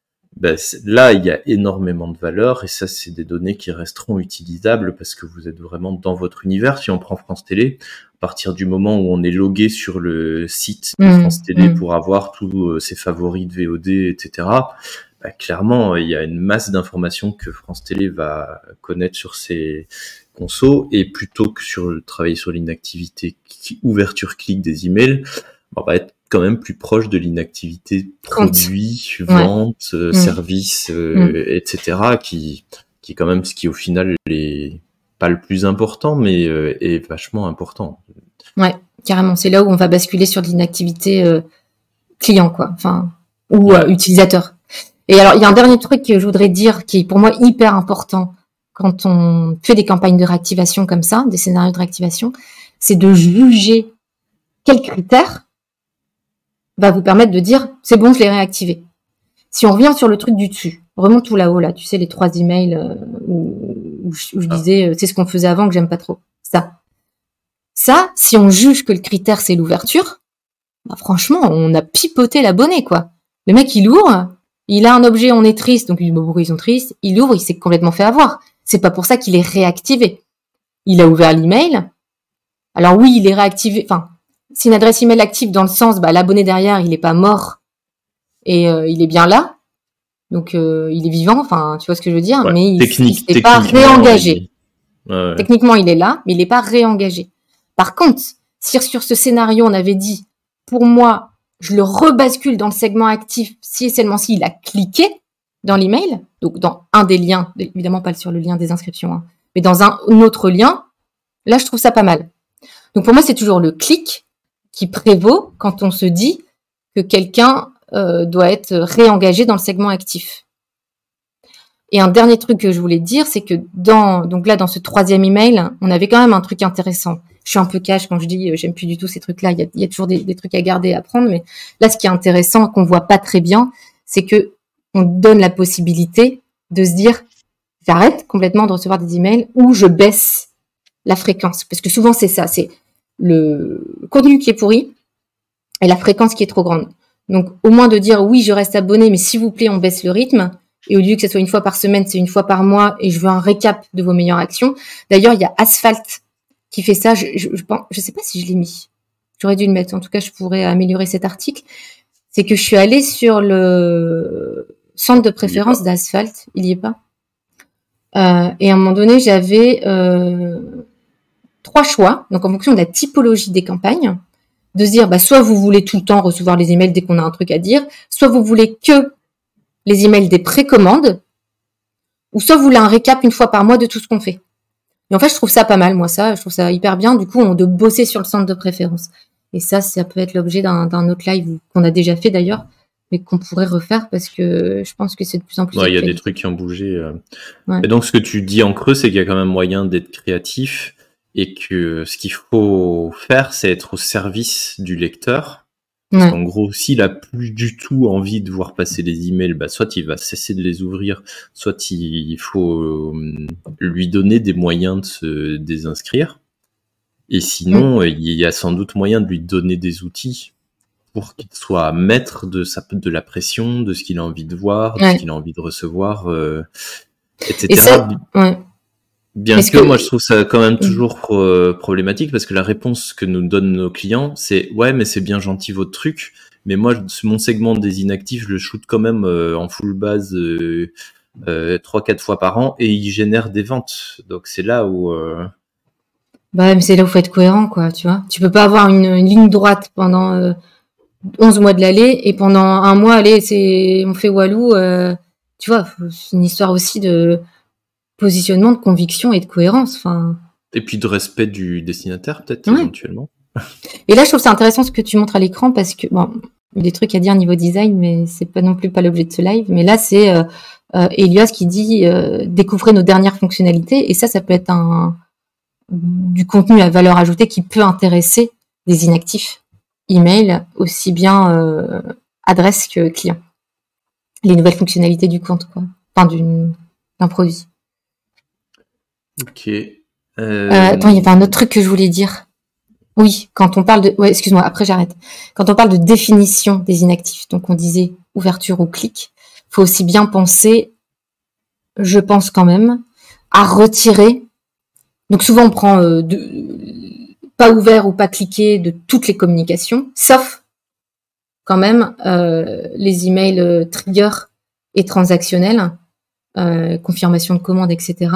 là, il y a énormément de valeur et ça, c'est des données qui resteront utilisables parce que vous êtes vraiment dans votre univers. Si on prend France Télé, à partir du moment où on est logué sur le site de France Télé pour avoir tous ses favoris de VOD, etc., clairement, il y a une masse d'informations que France Télé va connaître sur ses consos et plutôt que travailler sur l'inactivité ouverture clic des emails, on va être quand même plus proche de l'inactivité produit, vente, service, etc. qui est quand même ce qui au final est pas le plus important, mais est vachement important. Ouais, carrément. C'est là où on va basculer sur de l'inactivité client, quoi. Enfin, ou utilisateur. Et alors, il y a un dernier truc que je voudrais dire qui est pour moi hyper important quand on fait des campagnes de réactivation comme ça, des scénarios de réactivation, c'est de juger quels critères va vous permettre de dire c'est bon, je l'ai réactivé. Si on revient sur le truc du dessus, remonte tout là-haut, là, tu sais, les 3 emails où je disais c'est ce qu'on faisait avant que j'aime pas trop. Ça, si on juge que le critère c'est l'ouverture, franchement, on a pipoté l'abonné, quoi. Le mec, il ouvre, il a un objet, on est triste, donc il dit pourquoi ils sont tristes, il ouvre, il s'est complètement fait avoir. C'est pas pour ça qu'il est réactivé. Il a ouvert l'email. Alors oui, il est réactivé, enfin, c'est une adresse email active dans le sens, l'abonné derrière, il est pas mort et il est bien là. Donc il est vivant, enfin, tu vois ce que je veux dire, mais il s'est pas réengagé. Techniquement, il est là, mais il est pas réengagé. Par contre, si sur ce scénario, on avait dit, pour moi, je le rebascule dans le segment actif si et seulement s'il a cliqué dans l'email, donc dans un des liens, évidemment pas sur le lien des inscriptions, mais dans un autre lien, là, je trouve ça pas mal. Donc pour moi, c'est toujours le clic qui prévaut quand on se dit que quelqu'un doit être réengagé dans le segment actif. Et un dernier truc que je voulais te dire, c'est que dans ce 3e email, on avait quand même un truc intéressant. Je suis un peu cash quand je dis j'aime plus du tout ces trucs-là. Il y a toujours des trucs à garder et à prendre, mais là, ce qui est intéressant, qu'on voit pas très bien, c'est que on donne la possibilité de se dire j'arrête complètement de recevoir des emails ou je baisse la fréquence, parce que souvent c'est ça, c'est le contenu qui est pourri et la fréquence qui est trop grande. Donc au moins de dire oui, je reste abonné, mais s'il vous plaît, on baisse le rythme. Et au lieu que ce soit une fois par semaine, c'est une fois par mois, et je veux un récap de vos meilleures actions. D'ailleurs, il y a Asphalt qui fait ça. Je sais pas si je l'ai mis. J'aurais dû le mettre. En tout cas, je pourrais améliorer cet article. C'est que je suis allée sur le centre de préférence d'Asphalt. Il y est pas. Et à un moment donné, j'avais 3 choix. Donc, en fonction de la typologie des campagnes, de se dire, soit vous voulez tout le temps recevoir les emails dès qu'on a un truc à dire, soit vous voulez que les emails des précommandes, ou soit vous voulez un récap une fois par mois de tout ce qu'on fait. Et en fait, je trouve ça pas mal, moi, ça. Je trouve ça hyper bien, du coup, de bosser sur le centre de préférence. Et ça peut être l'objet d'un autre live qu'on a déjà fait d'ailleurs, mais qu'on pourrait refaire parce que je pense que c'est de plus en plus... Il y a des trucs qui ont bougé. Ouais. Et donc, ce que tu dis en creux, c'est qu'il y a quand même moyen d'être créatif et que ce qu'il faut faire, c'est être au service du lecteur. Parce qu'en gros, s'il a plus du tout envie de voir passer les emails, soit il va cesser de les ouvrir, soit il faut lui donner des moyens de se désinscrire. Et sinon, il y a sans doute moyen de lui donner des outils pour qu'il soit maître de la pression, de ce qu'il a envie de voir, de ce qu'il a envie de recevoir, etc. Et ça, Bien que moi je trouve ça quand même toujours problématique parce que la réponse que nous donnent nos clients c'est ouais mais c'est bien gentil votre truc mais moi mon segment des inactifs je le shoot quand même en full base 3-4 fois par an et il génère des ventes donc c'est là où mais c'est là où faut être cohérent quoi tu vois tu peux pas avoir une ligne droite pendant 11 mois de l'année et pendant un mois on fait Walou tu vois c'est une histoire aussi de positionnement, de conviction et de cohérence. Et puis de respect du destinataire, peut-être, éventuellement. Et là, je trouve ça intéressant ce que tu montres à l'écran parce que, il y a des trucs à dire niveau design, mais c'est pas non plus pas l'objet de ce live. Mais là, c'est Elias qui dit découvrez nos dernières fonctionnalités. Et ça peut être du contenu à valeur ajoutée qui peut intéresser des inactifs email, aussi bien adresse que client. Les nouvelles fonctionnalités du compte, quoi. D'un produit. Ok. Attends, il y avait un autre truc que je voulais dire. Oui, quand on parle de... Ouais, excuse-moi, après j'arrête. Quand on parle de définition des inactifs, donc on disait ouverture ou clic, faut aussi bien penser, je pense quand même, à retirer. Donc souvent on prend pas ouvert ou pas cliqué de toutes les communications, sauf quand même les emails trigger et transactionnels, confirmation de commande, etc.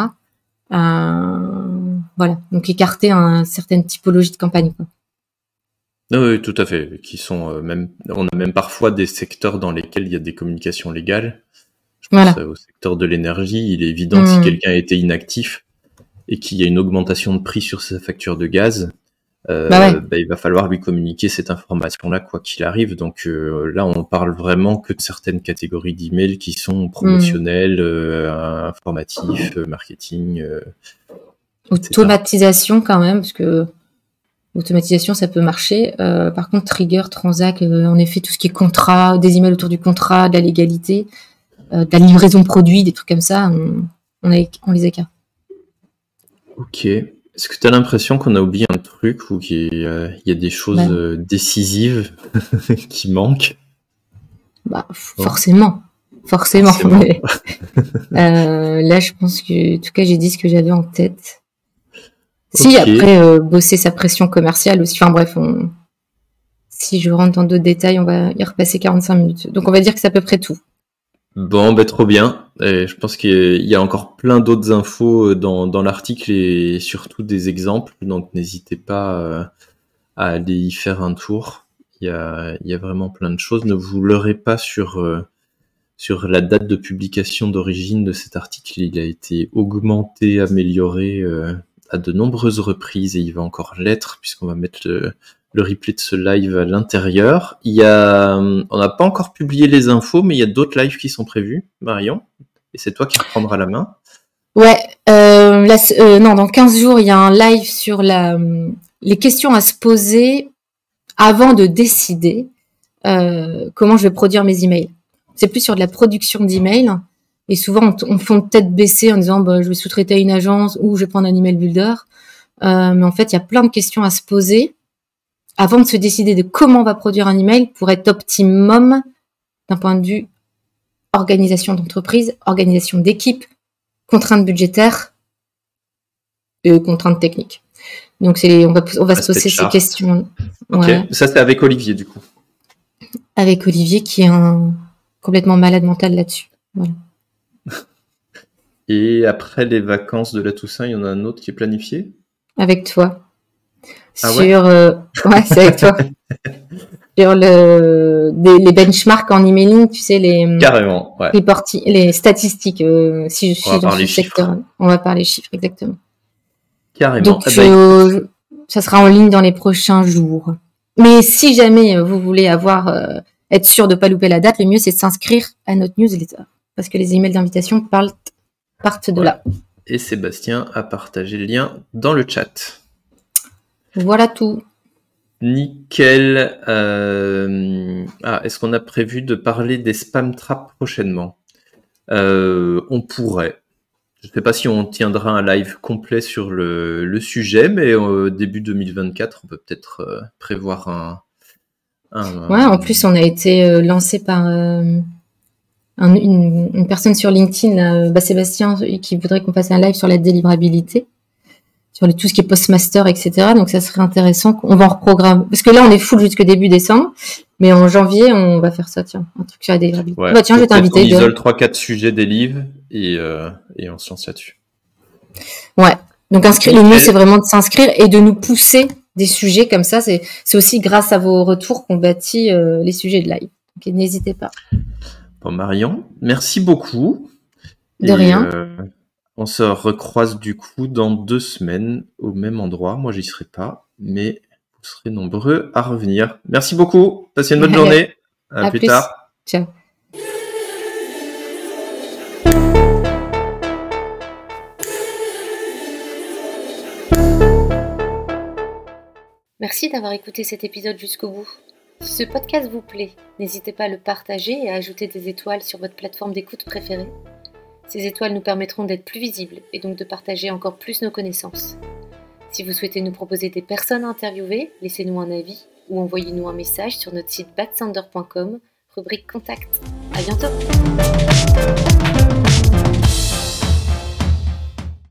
Voilà, donc écarter certaine typologie de campagne. Quoi. Oui, tout à fait. Qui sont on a même parfois des secteurs dans lesquels il y a des communications légales. Je pense au secteur de l'énergie. Il est évident que si quelqu'un a été inactif et qu'il y a une augmentation de prix sur sa facture de gaz, il va falloir lui communiquer cette information-là quoi qu'il arrive. Donc là, on parle vraiment que de certaines catégories d'emails qui sont promotionnels, informatifs, marketing. Automatisation quand même, parce que automatisation, ça peut marcher. Par contre, trigger, transac, en effet, tout ce qui est contrat, des emails autour du contrat, de la légalité, de la livraison de produits, des trucs comme ça, on les écarte. Ok. Est-ce que tu as l'impression qu'on a oublié un truc ou qu'il y a des choses décisives qui manquent ? Forcément. Mais, là, je pense que, en tout cas, j'ai dit ce que j'avais en tête. Si, après, bosser sa pression commerciale aussi. Enfin bref, si je rentre dans d'autres détails, on va y repasser 45 minutes. Donc on va dire que c'est à peu près tout. Bon, trop bien. Et je pense qu'il y a encore plein d'autres infos dans l'article et surtout des exemples. Donc n'hésitez pas à aller y faire un tour. Il y a vraiment plein de choses. Ne vous leurrez pas sur sur la date de publication d'origine de cet article. Il a été augmenté, amélioré à de nombreuses reprises et il va encore l'être puisqu'on va mettre le replay de ce live à l'intérieur. On n'a pas encore publié les infos, mais il y a d'autres lives qui sont prévus, Marion, et c'est toi qui reprendras la main. Ouais, dans 15 jours, il y a un live sur les questions à se poser avant de décider comment je vais produire mes emails. C'est plus sur de la production d'emails. Et souvent, on fond de tête baissée en disant je vais sous-traiter à une agence ou je vais prendre un email builder. Mais en fait, il y a plein de questions à se poser avant de se décider de comment on va produire un email pour être optimum d'un point de vue organisation d'entreprise, organisation d'équipe, contraintes budgétaires et contraintes techniques. Donc, on va se poser ces questions. Ok, ouais. Ça c'est avec Olivier du coup. Avec Olivier qui est complètement malade mental là-dessus. Voilà. Et après les vacances de la Toussaint, il y en a un autre qui est planifié ? Avec toi. Ah ouais, c'est avec toi. Sur les benchmarks en emailing, tu sais, carrément, ouais. les statistiques, si je suis dans ce secteur. On va parler chiffres, exactement. Carrément. Donc, ça sera en ligne dans les prochains jours. Mais si jamais vous voulez être sûr de pas louper la date, le mieux c'est de s'inscrire à notre newsletter. Parce que les emails d'invitation partent de là. Et Sébastien a partagé le lien dans le chat. Voilà tout. Nickel. Est-ce qu'on a prévu de parler des spam traps prochainement ? On pourrait. Je ne sais pas si on tiendra un live complet sur le sujet, mais au début 2024, on peut peut-être prévoir Ouais, en plus, on a été lancé par une personne sur LinkedIn, Sébastien, qui voudrait qu'on fasse un live sur la délivrabilité, sur tout ce qui est postmaster, etc. Donc, ça serait intéressant qu'on va en reprogrammer. Parce que là, on est full jusque début décembre, mais en janvier, on va faire ça, tiens, un truc sur la délivrabilité. Ouais, je vais t'inviter. On isole 3-4 sujets des livres et on se lance là-dessus. Ouais. Donc, le mieux, c'est vraiment de s'inscrire et de nous pousser des sujets comme ça. C'est aussi grâce à vos retours qu'on bâtit les sujets de live. Donc, n'hésitez pas. Bon, Marion, merci beaucoup. De rien. On se recroise du coup dans 2 semaines au même endroit. Moi, j'y serai pas, mais vous serez nombreux à revenir. Merci beaucoup. Passez une bonne journée. À plus tard. Ciao. Merci d'avoir écouté cet épisode jusqu'au bout. Si ce podcast vous plaît, n'hésitez pas à le partager et à ajouter des étoiles sur votre plateforme d'écoute préférée. Ces étoiles nous permettront d'être plus visibles et donc de partager encore plus nos connaissances. Si vous souhaitez nous proposer des personnes à interviewer, laissez-nous un avis ou envoyez-nous un message sur notre site batsender.com, rubrique contact. À bientôt!